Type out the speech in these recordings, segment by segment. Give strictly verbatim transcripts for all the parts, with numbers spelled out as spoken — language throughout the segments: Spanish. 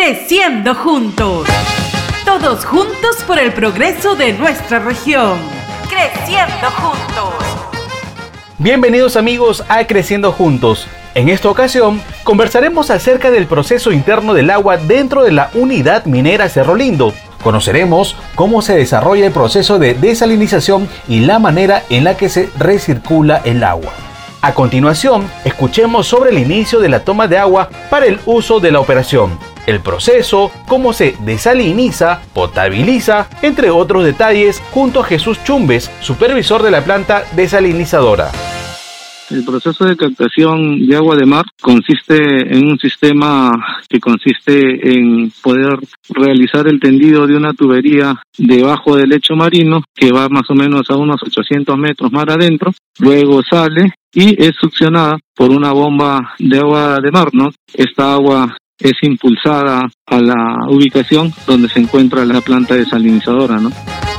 Creciendo juntos. Todos juntos por el progreso de nuestra región. Creciendo juntos. Bienvenidos amigos a Creciendo Juntos. En esta ocasión conversaremos acerca del proceso interno del agua dentro de la unidad minera Cerro Lindo. Conoceremos cómo se desarrolla el proceso de desalinización y la manera en la que se recircula el agua. A continuación, escuchemos sobre el inicio de la toma de agua para el uso de la operación, el proceso, cómo se desaliniza, potabiliza, entre otros detalles, junto a Jesús Chumbes, supervisor de la planta desalinizadora. El proceso de captación de agua de mar consiste en un sistema que consiste en poder realizar el tendido de una tubería debajo del lecho marino que va más o menos a unos ochocientos metros mar adentro, luego sale y es succionada por una bomba de agua de mar, ¿no? Esta agua es impulsada a la ubicación donde se encuentra la planta desalinizadora, ¿no?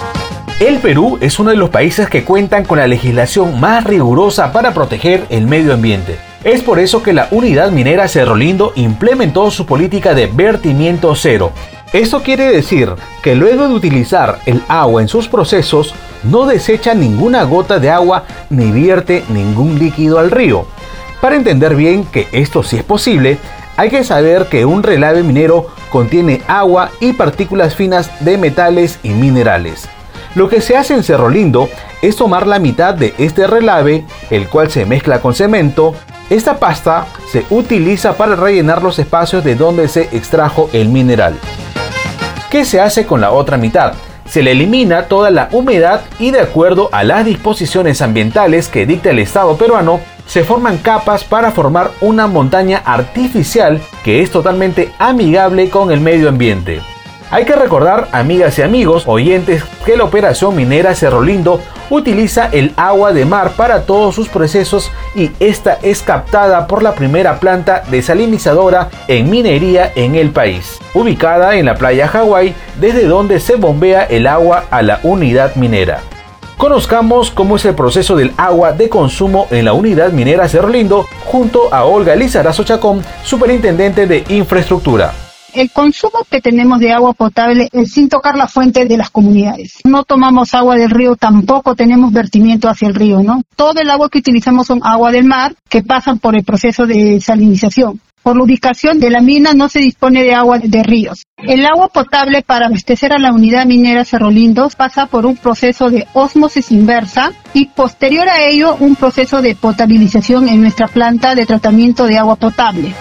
El Perú es uno de los países que cuentan con la legislación más rigurosa para proteger el medio ambiente. Es por eso que la unidad minera Cerro Lindo implementó su política de vertimiento cero. Esto quiere decir que luego de utilizar el agua en sus procesos, no desecha ninguna gota de agua ni vierte ningún líquido al río. Para entender bien que esto sí es posible, hay que saber que un relave minero contiene agua y partículas finas de metales y minerales. Lo que se hace en Cerro Lindo es tomar la mitad de este relave, el cual se mezcla con cemento. Esta pasta se utiliza para rellenar los espacios de donde se extrajo el mineral. ¿Qué se hace con la otra mitad? Se le elimina toda la humedad y, de acuerdo a las disposiciones ambientales que dicta el Estado peruano, se forman capas para formar una montaña artificial que es totalmente amigable con el medio ambiente. Hay que recordar, amigas y amigos oyentes, que la operación minera Cerro Lindo utiliza el agua de mar para todos sus procesos y esta es captada por la primera planta desalinizadora en minería en el país, ubicada en la playa Hawái, desde donde se bombea el agua a la unidad minera. Conozcamos cómo es el proceso del agua de consumo en la unidad minera Cerro Lindo junto a Olga Lizarazo Chacón, superintendente de infraestructura. El consumo que tenemos de agua potable es sin tocar la fuente de las comunidades. No tomamos agua del río, tampoco tenemos vertimiento hacia el río, ¿no? Todo el agua que utilizamos son agua del mar que pasan por el proceso de desalinización. Por la ubicación de la mina no se dispone de agua de ríos. El agua potable para abastecer a la unidad minera Cerro Lindo pasa por un proceso de ósmosis inversa y posterior a ello un proceso de potabilización en nuestra planta de tratamiento de agua potable.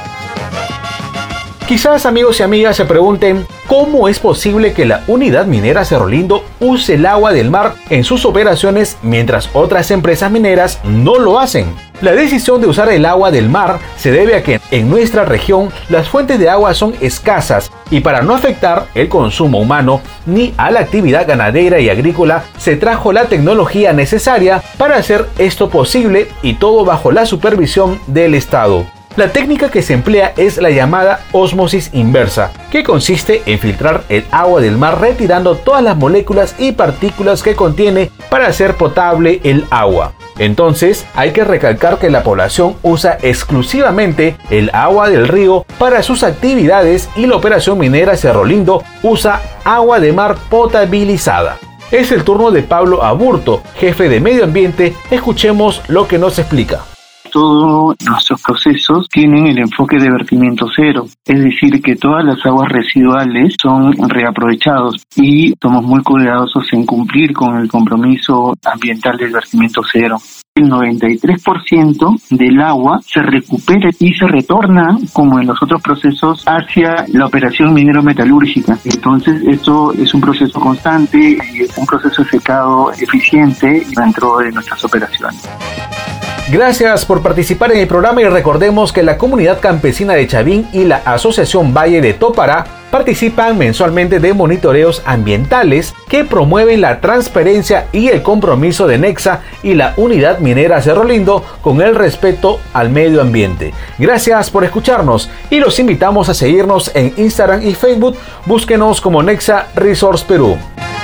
Quizás amigos y amigas se pregunten cómo es posible que la unidad minera Cerro Lindo use el agua del mar en sus operaciones mientras otras empresas mineras no lo hacen. La decisión de usar el agua del mar se debe a que en nuestra región las fuentes de agua son escasas y para no afectar el consumo humano ni a la actividad ganadera y agrícola se trajo la tecnología necesaria para hacer esto posible y todo bajo la supervisión del Estado. La técnica que se emplea es la llamada ósmosis inversa, que consiste en filtrar el agua del mar retirando todas las moléculas y partículas que contiene para hacer potable el agua. Entonces, hay que recalcar que la población usa exclusivamente el agua del río para sus actividades y la operación minera Cerro Lindo usa agua de mar potabilizada. Es el turno de Pablo Aburto, jefe de Medio Ambiente. Escuchemos lo que nos explica. Todos nuestros procesos tienen el enfoque de vertimiento cero, es decir, que todas las aguas residuales son reaprovechados y somos muy cuidadosos en cumplir con el compromiso ambiental del vertimiento cero. El noventa y tres por ciento del agua se recupera y se retorna, como en los otros procesos, hacia la operación minero-metalúrgica. Entonces, esto es un proceso constante y es un proceso de secado eficiente dentro de nuestras operaciones. Gracias por participar en el programa y recordemos que la comunidad campesina de Chavín y la Asociación Valle de Topará participan mensualmente de monitoreos ambientales que promueven la transparencia y el compromiso de Nexa y la unidad minera Cerro Lindo con el respeto al medio ambiente. Gracias por escucharnos y los invitamos a seguirnos en Instagram y Facebook. Búsquenos como Nexa Resource Perú.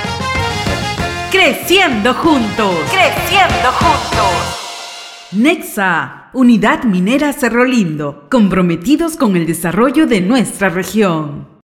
Creciendo juntos. Creciendo juntos. Nexa, Unidad Minera Cerro Lindo, comprometidos con el desarrollo de nuestra región.